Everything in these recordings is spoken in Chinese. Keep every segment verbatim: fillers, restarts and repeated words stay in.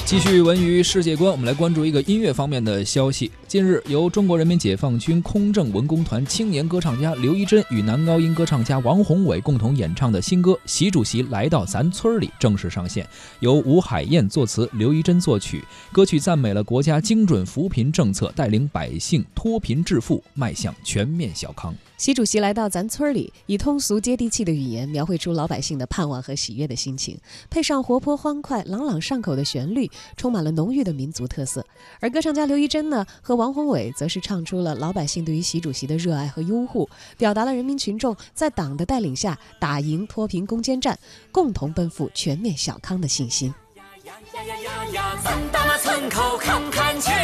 继续文娱世界观，我们来关注一个音乐方面的消息。近日，由中国人民解放军空政文工团青年歌唱家刘一珍与男高音歌唱家王宏伟共同演唱的新歌《习主席来到咱村里》正式上线，由吴海燕作词，刘一珍作曲。歌曲赞美了国家精准扶贫政策，带领百姓脱贫致富，迈向全面小康。 习主席来到咱村里，以通俗接地气的语言描绘出老百姓的盼望和喜悦的心情，配上活泼欢快、朗朗上口的旋律，充满了浓郁的民族特色。而歌唱家刘一珍呢，和王宏伟则是唱出了老百姓对于习主席的热爱和拥护，表达了人民群众在党的带领下打赢脱贫攻坚战，共同奔赴全面小康的信心。 呀呀呀呀呀，咱到那村口看看去，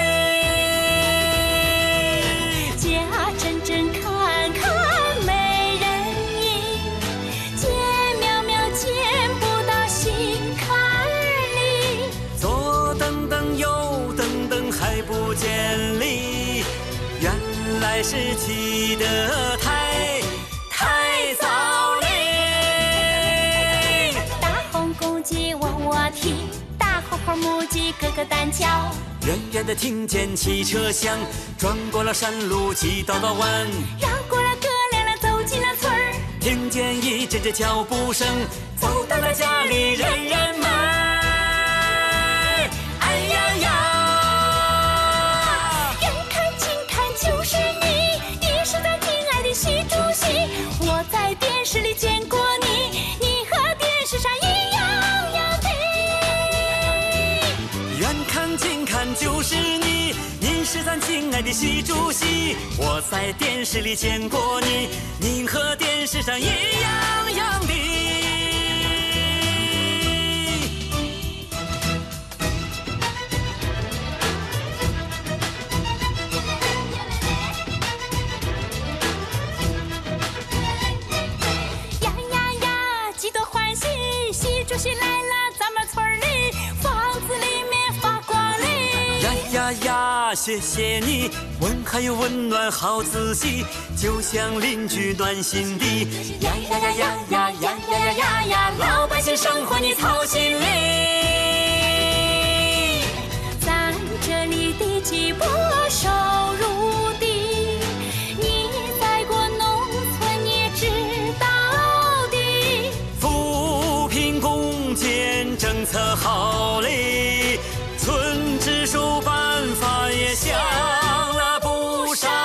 家真真看看没人影，见苗苗见不到心坎里， 左等等右等等还不见理，原来是起得太太早嘞。 大红公鸡喔喔啼，大红红母鸡咯咯蛋叫， 远远的听见汽车响，转过了山路几道道弯， 绕过了哥俩俩走进了村儿， 听见一阵阵脚步声，走到了家里人人们。哎呀呀， 远看近看就是你，你是咱敬爱的习主席，我在电视里见过你，你和电视上一样样的。 远看近看就是你，您是咱敬爱的习主席，我在电视里见过你，您和电视上一样样的。 呀呀呀，几多欢喜，习主席来了咱们村里，房子里面发光嘞。 呀呀呀，谢谢你，问还有温暖好仔细，就像邻居暖心的。呀呀呀呀呀呀呀呀呀呀，老百姓生活你操心嘞。 咱这里地基不收入低，你在过农村也知道的。 扶贫攻坚政策好嘞，村支书办法也想了不少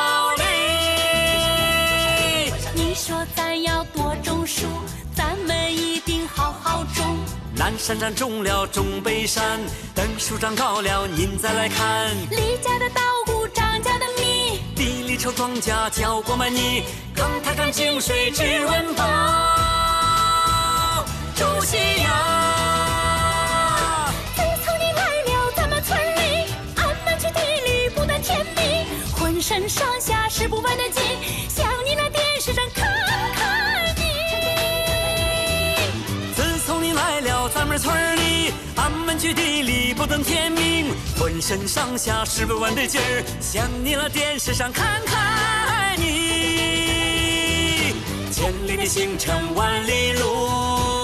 嘞。 你说咱要多种树，咱们一定好好种。 南山上种了种北山，等树长高了您再来看。 李家的稻谷，张家的米， 地里抽庄稼浇过满泥，扛抬扛井水只温饱。主席呀， 自从你来了咱们村里，俺们去地里不得甜蜜，浑身上下使不完的劲，想你那电视上看看你。 自从你来了咱们村里，俺们去地里不等天明，浑身上下使不完的劲儿，想你了电视上看看你。千里的行程万里路，